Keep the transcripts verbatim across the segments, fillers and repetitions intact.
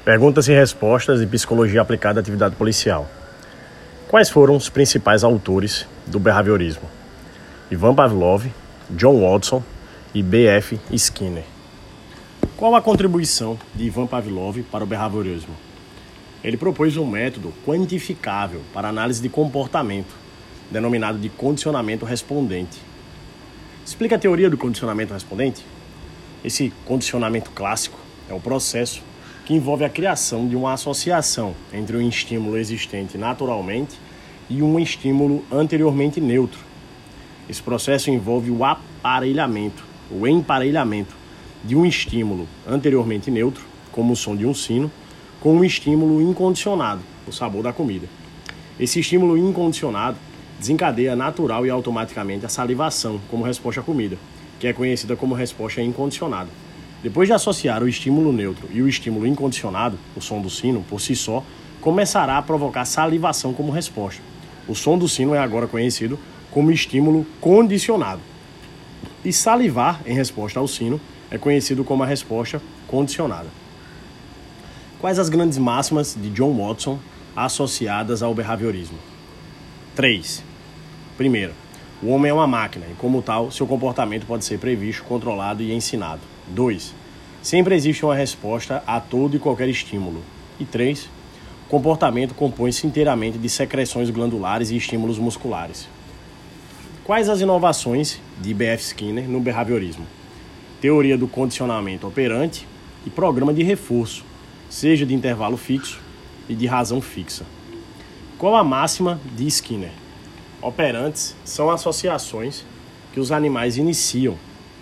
Perguntas e respostas de psicologia aplicada à atividade policial. Quais foram os principais autores do behaviorismo? Ivan Pavlov, John Watson e B F Skinner. Qual a contribuição de Ivan Pavlov para o behaviorismo? Ele propôs um método quantificável para análise de comportamento, denominado de condicionamento respondente. Explica a teoria do condicionamento respondente? Esse condicionamento clássico é o processo que envolve a criação de uma associação entre um estímulo existente naturalmente e um estímulo anteriormente neutro. Esse processo envolve o aparelhamento, o emparelhamento de um estímulo anteriormente neutro, como o som de um sino, com um estímulo incondicionado, o sabor da comida. Esse estímulo incondicionado desencadeia natural e automaticamente a salivação como resposta à comida, que é conhecida como resposta incondicionada. Depois de associar o estímulo neutro e o estímulo incondicionado, o som do sino, por si só, começará a provocar salivação como resposta. O som do sino é agora conhecido como estímulo condicionado. E salivar, em resposta ao sino, é conhecido como a resposta condicionada. Quais as grandes máximas de John Watson associadas ao behaviorismo? três. Primeira, o homem é uma máquina e, como tal, seu comportamento pode ser previsto, controlado e ensinado. dois. Sempre existe uma resposta a todo e qualquer estímulo. E três. O comportamento compõe-se inteiramente de secreções glandulares e estímulos musculares. Quais as inovações de B F Skinner no behaviorismo? Teoria do condicionamento operante e programa de reforço, seja de intervalo fixo e de razão fixa. Qual a máxima de Skinner? Operantes são associações que os animais iniciam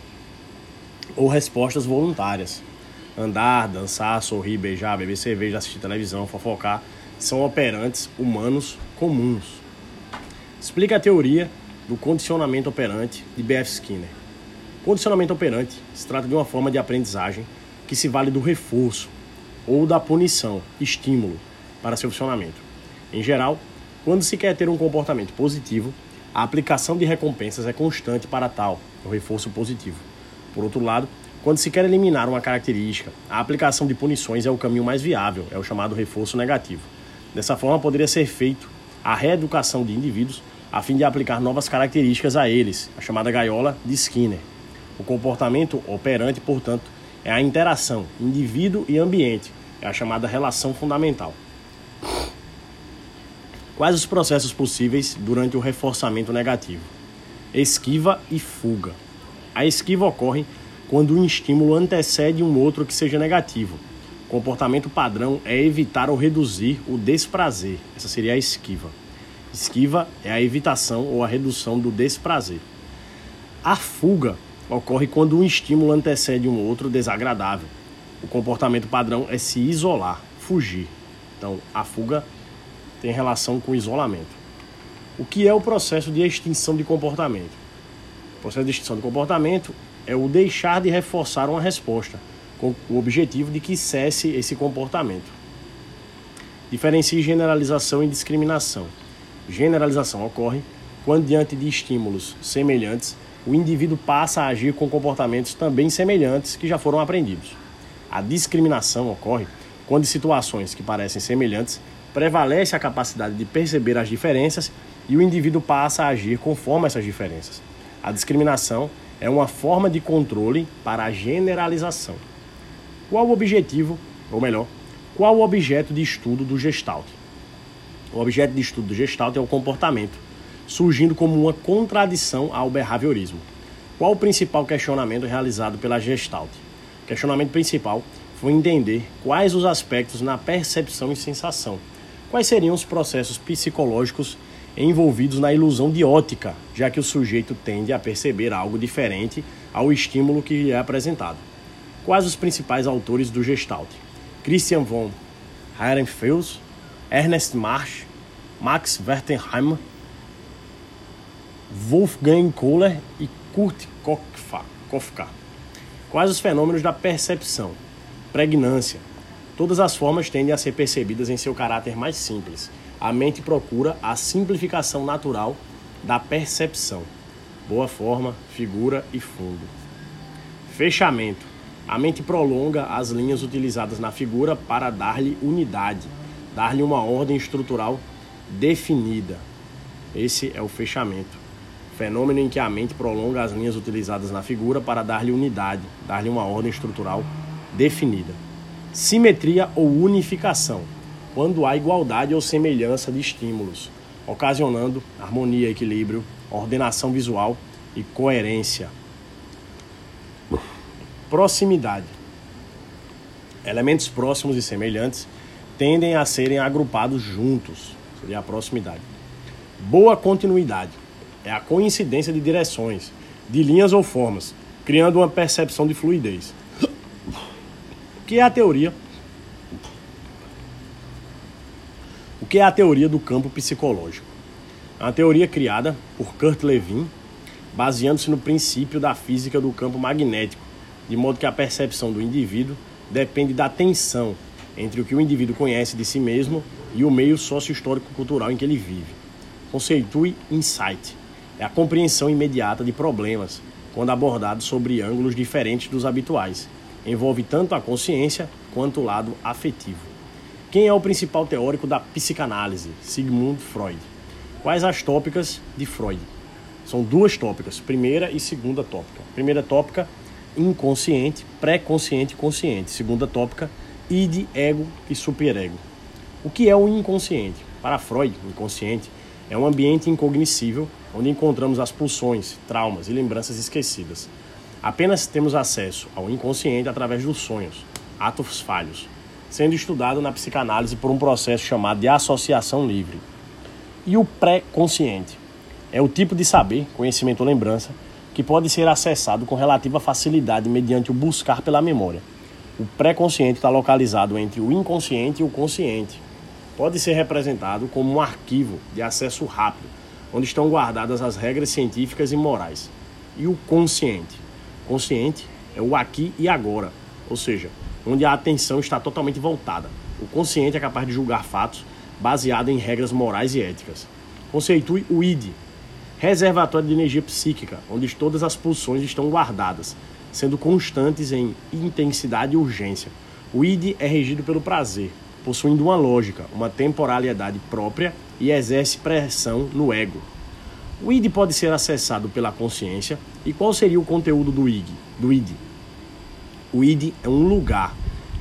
ou respostas voluntárias. Andar, dançar, sorrir, beijar, beber cerveja, assistir televisão, fofocar são operantes humanos comuns. Explica a teoria do condicionamento operante de B F Skinner. Condicionamento operante se trata de uma forma de aprendizagem que se vale do reforço ou da punição, estímulo, para seu funcionamento. Em geral, quando se quer ter um comportamento positivo, a aplicação de recompensas é constante para tal, o reforço positivo. Por outro lado, quando se quer eliminar uma característica, a aplicação de punições é o caminho mais viável, é o chamado reforço negativo. Dessa forma, poderia ser feito a reeducação de indivíduos a fim de aplicar novas características a eles, a chamada gaiola de Skinner. O comportamento operante, portanto, é a interação indivíduo e ambiente, é a chamada relação fundamental. Quais os processos possíveis durante o reforçamento negativo? Esquiva e fuga. A esquiva ocorre quando um estímulo antecede um outro que seja negativo. O comportamento padrão é evitar ou reduzir o desprazer. Essa seria a esquiva. Esquiva é a evitação ou a redução do desprazer. A fuga ocorre quando um estímulo antecede um outro desagradável. O comportamento padrão é se isolar, fugir. Então, a fuga tem relação com isolamento. O que é o processo de extinção de comportamento? O processo de extinção de comportamento é o deixar de reforçar uma resposta, com o objetivo de que cesse esse comportamento. Diferencie generalização e discriminação. Generalização ocorre quando, diante de estímulos semelhantes, o indivíduo passa a agir com comportamentos também semelhantes que já foram aprendidos. A discriminação ocorre quando, em situações que parecem semelhantes, prevalece a capacidade de perceber as diferenças e o indivíduo passa a agir conforme essas diferenças. A discriminação é uma forma de controle para a generalização. Qual o objetivo, ou melhor, qual o objeto de estudo do Gestalt? O objeto de estudo do Gestalt é o comportamento, surgindo como uma contradição ao behaviorismo. Qual o principal questionamento realizado pela Gestalt? O questionamento principal foi entender quais os aspectos na percepção e sensação. Quais seriam os processos psicológicos envolvidos na ilusão de ótica, já que o sujeito tende a perceber algo diferente ao estímulo que lhe é apresentado. Quais os principais autores do Gestalt? Christian von Ehrenfels, Ernst Marx, Max Wertheimer, Wolfgang Kohler e Kurt Kofka. Quais os fenômenos da percepção? Pregnância. Todas as formas tendem a ser percebidas em seu caráter mais simples. A mente procura a simplificação natural da percepção. Boa forma, figura e fundo. Fechamento. A mente prolonga as linhas utilizadas na figura para dar-lhe unidade, dar-lhe uma ordem estrutural definida. Esse é o fechamento. Fenômeno em que a mente prolonga as linhas utilizadas na figura para dar-lhe unidade, dar-lhe uma ordem estrutural definida. Simetria ou unificação, quando há igualdade ou semelhança de estímulos, ocasionando harmonia, equilíbrio, ordenação visual e coerência. Proximidade. Elementos próximos e semelhantes tendem a serem agrupados juntos, seria a proximidade. Boa continuidade é a coincidência de direções, de linhas ou formas, criando uma percepção de fluidez. O que é a teoria? O que é a teoria do campo psicológico? É uma teoria criada por Kurt Lewin, baseando-se no princípio da física do campo magnético, de modo que a percepção do indivíduo depende da tensão entre o que o indivíduo conhece de si mesmo e o meio socio-histórico-cultural em que ele vive. Conceitue insight. É a compreensão imediata de problemas, quando abordado sobre ângulos diferentes dos habituais. Envolve tanto a consciência quanto o lado afetivo. Quem é o principal teórico da psicanálise? Sigmund Freud. Quais as tópicas de Freud? São duas tópicas, primeira e segunda tópica. Primeira tópica, inconsciente, pré-consciente e consciente. Segunda tópica, id, ego e superego. O que é o inconsciente? Para Freud, o inconsciente é um ambiente incognoscível onde encontramos as pulsões, traumas e lembranças esquecidas. Apenas temos acesso ao inconsciente através dos sonhos, atos falhos, sendo estudado na psicanálise por um processo chamado de associação livre. E o pré-consciente é o tipo de saber, conhecimento ou lembrança que pode ser acessado com relativa facilidade mediante o buscar pela memória. O pré-consciente está localizado entre o inconsciente e o consciente. Pode ser representado como um arquivo de acesso rápido, onde estão guardadas as regras científicas e morais. E o consciente? Consciente é o aqui e agora, ou seja, onde a atenção está totalmente voltada. O consciente é capaz de julgar fatos baseado em regras morais e éticas. Conceitue o id, reservatório de energia psíquica, onde todas as pulsões estão guardadas, sendo constantes em intensidade e urgência. O id é regido pelo prazer, possuindo uma lógica, uma temporalidade própria e exerce pressão no ego. O id pode ser acessado pela consciência. E qual seria o conteúdo do id? Do id? O id é um lugar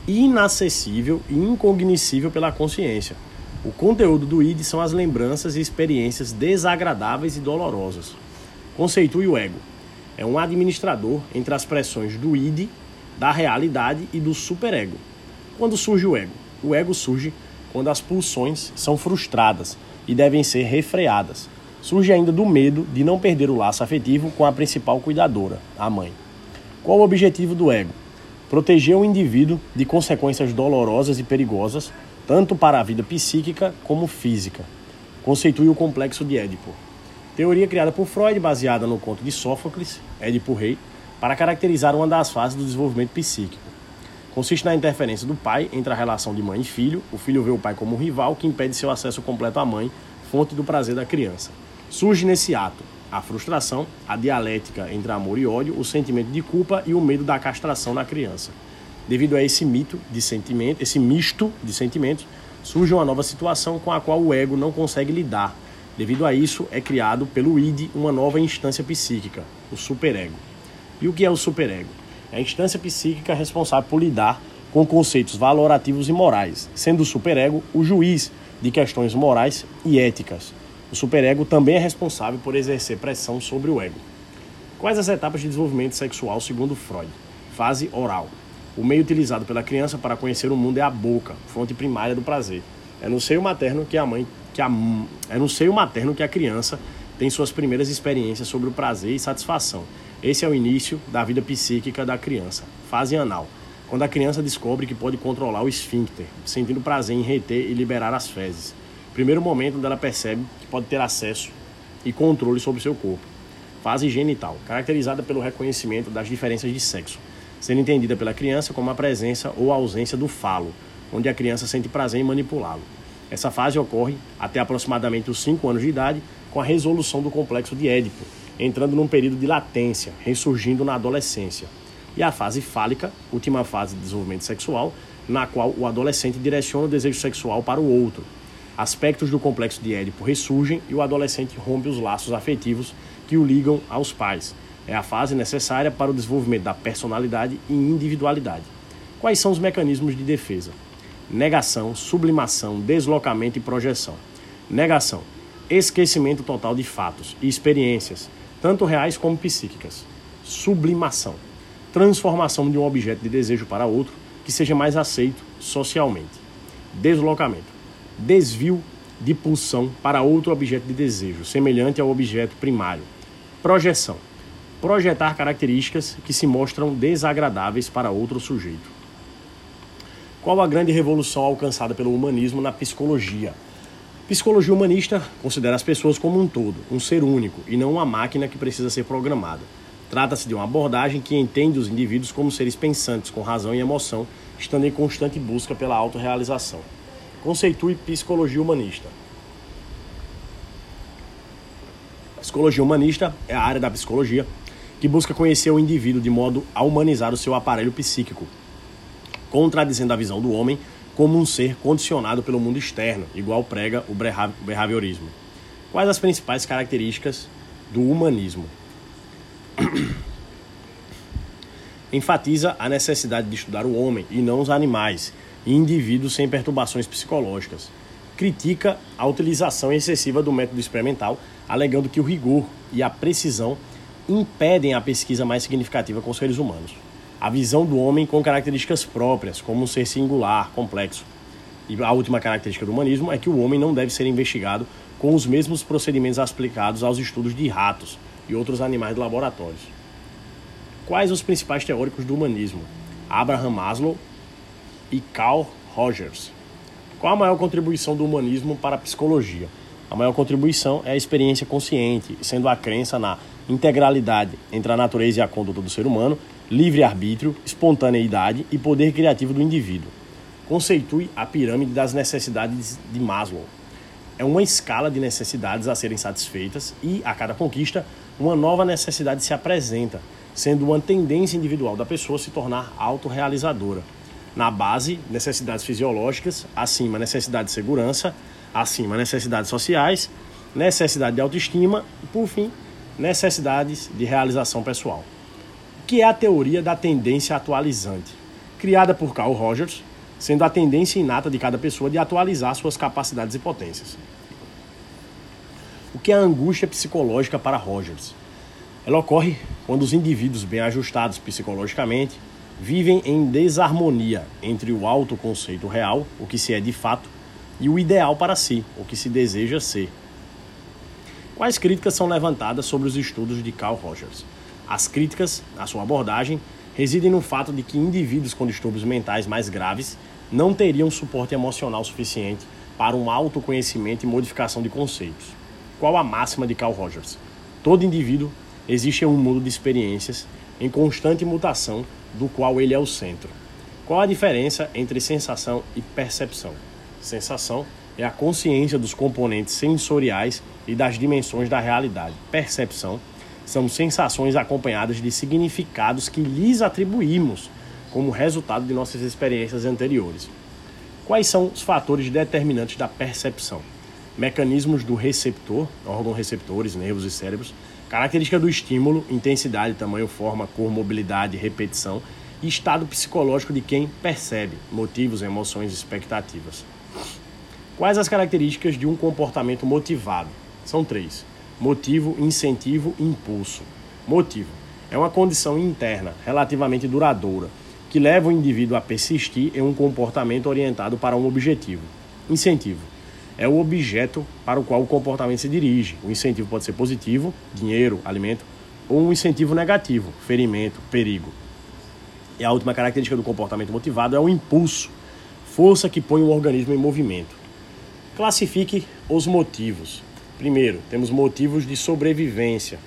inacessível e incognoscível pela consciência. O conteúdo do id são as lembranças e experiências desagradáveis e dolorosas. Conceitue o ego. É um administrador entre as pressões do id, da realidade e do superego. Quando surge o ego? O ego surge quando as pulsões são frustradas e devem ser refreadas. Surge ainda do medo de não perder o laço afetivo com a principal cuidadora, a mãe. Qual o objetivo do ego? Proteger o indivíduo de consequências dolorosas e perigosas, tanto para a vida psíquica como física. Conceitue o complexo de Édipo. Teoria criada por Freud, baseada no conto de Sófocles, Édipo Rei, para caracterizar uma das fases do desenvolvimento psíquico. Consiste na interferência do pai entre a relação de mãe e filho. O filho vê o pai como um rival que impede seu acesso completo à mãe, fonte do prazer da criança. Surge nesse ato a frustração, a dialética entre amor e ódio, o sentimento de culpa e o medo da castração na criança. Devido a esse mito de sentimento, esse misto de sentimentos, surge uma nova situação com a qual o ego não consegue lidar. Devido a isso, é criado pelo id uma nova instância psíquica, o superego. E o que é o superego? É a instância psíquica responsável por lidar com conceitos valorativos e morais, sendo o superego o juiz de questões morais e éticas. O superego também é responsável por exercer pressão sobre o ego. Quais as etapas de desenvolvimento sexual segundo Freud? Fase oral. O meio utilizado pela criança para conhecer o mundo é a boca, fonte primária do prazer. É no seio materno que a mãe, que a, é no seio materno que a criança tem suas primeiras experiências sobre o prazer e satisfação. Esse é o início da vida psíquica da criança. Fase anal. Quando a criança descobre que pode controlar o esfíncter, sentindo prazer em reter e liberar as fezes. Primeiro momento onde ela percebe que pode ter acesso e controle sobre seu corpo. Fase genital, caracterizada pelo reconhecimento das diferenças de sexo, sendo entendida pela criança como a presença ou a ausência do falo, onde a criança sente prazer em manipulá-lo. Essa fase ocorre até aproximadamente os cinco anos de idade, com a resolução do complexo de Édipo, entrando num período de latência, ressurgindo na adolescência. e a fase fálica, última fase de desenvolvimento sexual, na qual o adolescente direciona o desejo sexual para o outro. Aspectos do complexo de Édipo ressurgem e o adolescente rompe os laços afetivos que o ligam aos pais. É a fase necessária para o desenvolvimento da personalidade e individualidade. Quais são os mecanismos de defesa? Negação, sublimação, deslocamento e projeção. Negação: esquecimento total de fatos e experiências, tanto reais como psíquicas. Sublimação: transformação de um objeto de desejo para outro que seja mais aceito socialmente. Deslocamento: desvio de pulsão para outro objeto de desejo, semelhante ao objeto primário. Projeção: projetar características que se mostram desagradáveis para outro sujeito. Qual a grande revolução alcançada pelo humanismo na psicologia? Psicologia humanista considera as pessoas como um todo, um ser único, e não uma máquina que precisa ser programada. Trata-se de uma abordagem que entende os indivíduos como seres pensantes, com razão e emoção, estando em constante busca pela autorrealização. Conceitue psicologia humanista. Psicologia humanista é a área da psicologia que busca conhecer o indivíduo de modo a humanizar o seu aparelho psíquico, contradizendo a visão do homem como um ser condicionado pelo mundo externo, igual prega o behaviorismo. Quais as principais características do humanismo? Enfatiza a necessidade de estudar o homem e não os animais e indivíduos sem perturbações psicológicas. Critica a utilização excessiva do método experimental, alegando que o rigor e a precisão impedem a pesquisa mais significativa com seres humanos. A visão do homem com características próprias, como um ser singular, complexo. E a última característica do humanismo é que o homem não deve ser investigado com os mesmos procedimentos aplicados aos estudos de ratos e outros animais de laboratórios. Quais os principais teóricos do humanismo? Abraham Maslow e Carl Rogers. Qual a maior contribuição do humanismo para a psicologia? A maior contribuição é a experiência consciente, sendo a crença na integralidade entre a natureza e a conduta do ser humano, livre-arbítrio, espontaneidade e poder criativo do indivíduo. Conceitue a pirâmide das necessidades de Maslow. É uma escala de necessidades a serem satisfeitas e, a cada conquista, uma nova necessidade se apresenta, sendo uma tendência individual da pessoa se tornar autorrealizadora. Na base, necessidades fisiológicas, acima, necessidade de segurança, acima, necessidades sociais, necessidade de autoestima e, por fim, necessidades de realização pessoal. O que é a teoria da tendência atualizante? Criada por Carl Rogers, sendo a tendência inata de cada pessoa de atualizar suas capacidades e potências. O que é a angústia psicológica para Rogers? Ela ocorre quando os indivíduos bem ajustados psicologicamente vivem em desarmonia entre o autoconceito real, o que se é de fato, e o ideal para si, o que se deseja ser. Quais críticas são levantadas sobre os estudos de Carl Rogers? As críticas, na sua abordagem, residem no fato de que indivíduos com distúrbios mentais mais graves não teriam suporte emocional suficiente para um autoconhecimento e modificação de conceitos. Qual a máxima de Carl Rogers? Todo indivíduo existe em um mundo de experiências em constante mutação, do qual ele é o centro. Qual a diferença entre sensação e percepção? Sensação é a consciência dos componentes sensoriais e das dimensões da realidade. Percepção são sensações acompanhadas de significados que lhes atribuímos como resultado de nossas experiências anteriores. Quais são os fatores determinantes da percepção? Mecanismos do receptor, órgãos receptores, nervos e cérebros, característica do estímulo, intensidade, tamanho, forma, cor, mobilidade, repetição e estado psicológico de quem percebe, motivos, emoções e expectativas. Quais as características de um comportamento motivado? São três. Motivo, incentivo e impulso. Motivo é uma condição interna relativamente duradoura que leva o indivíduo a persistir em um comportamento orientado para um objetivo. Incentivo é o objeto para o qual o comportamento se dirige. O incentivo pode ser positivo, dinheiro, alimento, ou um incentivo negativo, ferimento, perigo. E a última característica do comportamento motivado é o impulso, força que põe o organismo em movimento. Classifique os motivos. Primeiro, temos motivos de sobrevivência.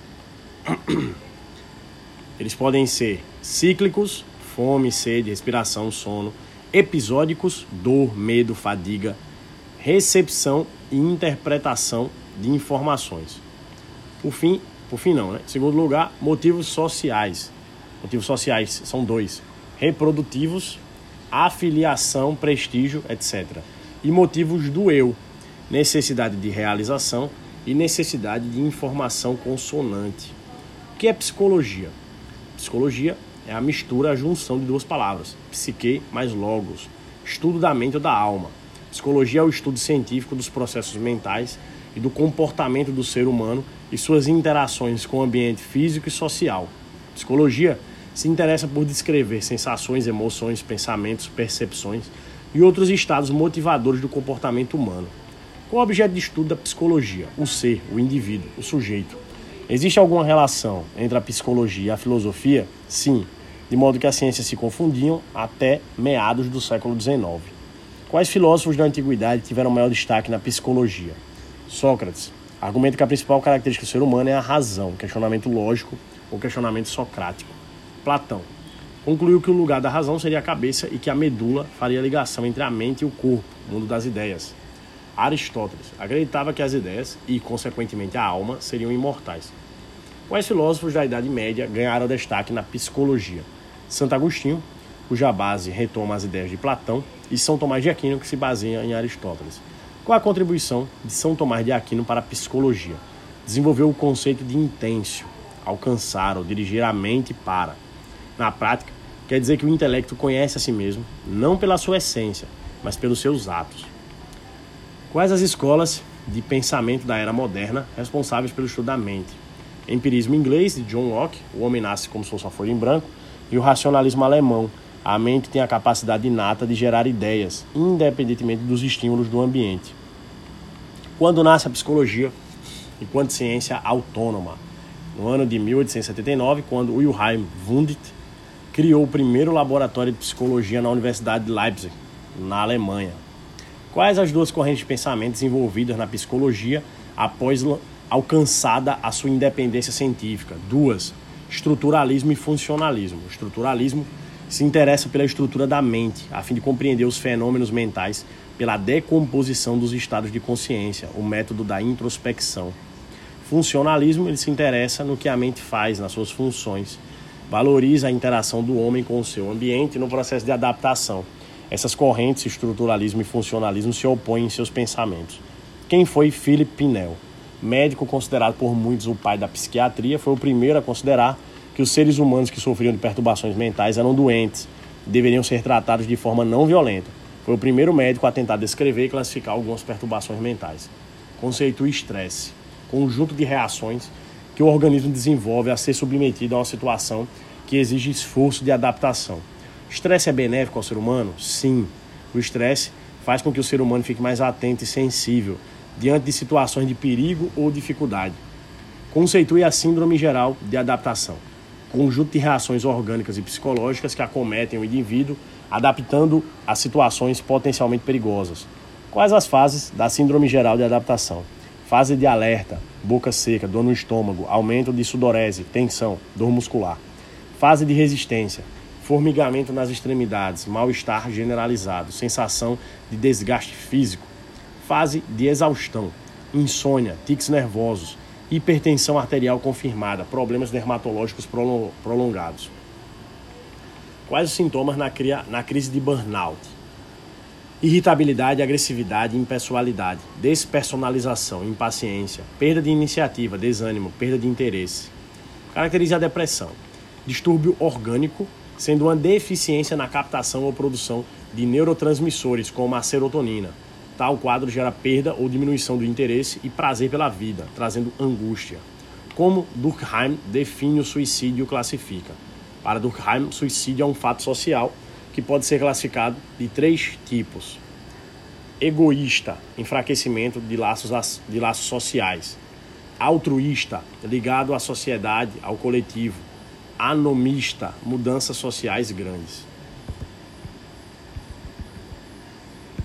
Eles podem ser cíclicos, fome, sede, respiração, sono, episódicos, dor, medo, fadiga, recepção e interpretação de informações. Por fim, por fim não, né? Em segundo lugar, motivos sociais. Motivos sociais são dois: reprodutivos, afiliação, prestígio, etcétera. E motivos do eu, necessidade de realização e necessidade de informação consonante. O que é psicologia? Psicologia é a mistura, a junção de duas palavras, psique mais logos, estudo da mente ou da alma. Psicologia é o estudo científico dos processos mentais e do comportamento do ser humano e suas interações com o ambiente físico e social. Psicologia se interessa por descrever sensações, emoções, pensamentos, percepções e outros estados motivadores do comportamento humano. Qual é o objeto de estudo da psicologia? O ser, o indivíduo, o sujeito. Existe alguma relação entre a psicologia e a filosofia? Sim, de modo que as ciências se confundiam até meados do século dezenove. Quais filósofos da antiguidade tiveram maior destaque na psicologia? Sócrates argumenta que a principal característica do ser humano é a razão, questionamento lógico ou questionamento socrático. Platão concluiu que o lugar da razão seria a cabeça e que a medula faria a ligação entre a mente e o corpo, o mundo das ideias. Aristóteles acreditava que as ideias e, consequentemente, a alma seriam imortais. Quais filósofos da Idade Média ganharam destaque na psicologia? Santo Agostinho, cuja base retoma as ideias de Platão, e São Tomás de Aquino, que se baseia em Aristóteles. Qual a contribuição de São Tomás de Aquino para a psicologia? Desenvolveu o conceito de intêncio, alcançar ou dirigir a mente para. Na prática, quer dizer que o intelecto conhece a si mesmo, não pela sua essência, mas pelos seus atos. Quais as escolas de pensamento da era moderna responsáveis pelo estudo da mente? Empirismo inglês, de John Locke, o homem nasce como se fosse uma folha em branco, e o racionalismo alemão, a mente tem a capacidade inata de gerar ideias, independentemente dos estímulos do ambiente. Quando nasce a psicologia, enquanto ciência autônoma? No ano de mil oitocentos e setenta e nove, quando Wilhelm Wundt criou o primeiro laboratório de psicologia na Universidade de Leipzig, na Alemanha. Quais as duas correntes de pensamento desenvolvidas na psicologia após alcançada a sua independência científica? Duas: estruturalismo e funcionalismo. O estruturalismo se interessa pela estrutura da mente, a fim de compreender os fenômenos mentais pela decomposição dos estados de consciência, o método da introspecção. Funcionalismo, ele se interessa no que a mente faz, nas suas funções, valoriza a interação do homem com o seu ambiente no processo de adaptação. Essas correntes, estruturalismo e funcionalismo, se opõem em seus pensamentos. Quem foi Philippe Pinel? Médico considerado por muitos o pai da psiquiatria, foi o primeiro a considerar que os seres humanos que sofriam de perturbações mentais eram doentes e deveriam ser tratados de forma não violenta. Foi o primeiro médico a tentar descrever e classificar algumas perturbações mentais. Conceito estresse, conjunto de reações que o organismo desenvolve a ser submetido a uma situação que exige esforço de adaptação. O estresse é benéfico ao ser humano? Sim. O estresse faz com que o ser humano fique mais atento e sensível diante de situações de perigo ou dificuldade. Conceitue a síndrome geral de adaptação, conjunto de reações orgânicas e psicológicas que acometem o indivíduo, adaptando a situações potencialmente perigosas. Quais as fases da síndrome geral de adaptação? Fase de alerta, boca seca, dor no estômago, aumento de sudorese, tensão, dor muscular. Fase de resistência, formigamento nas extremidades, mal-estar generalizado, sensação de desgaste físico. Fase de exaustão, insônia, tiques nervosos, hipertensão arterial confirmada, problemas dermatológicos prolongados. Quais os sintomas na, cria, na crise de burnout? Irritabilidade, agressividade, impessoalidade, despersonalização, impaciência, perda de iniciativa, desânimo, perda de interesse. Caracteriza a depressão. Distúrbio orgânico, sendo uma deficiência na captação ou produção de neurotransmissores como a serotonina. Tal quadro gera perda ou diminuição do interesse e prazer pela vida, trazendo angústia. Como Durkheim define o suicídio e o classifica? Para Durkheim, suicídio é um fato social que pode ser classificado de três tipos. Egoísta, enfraquecimento de laços, de laços sociais. Altruísta, ligado à sociedade, ao coletivo. Anomista, mudanças sociais grandes.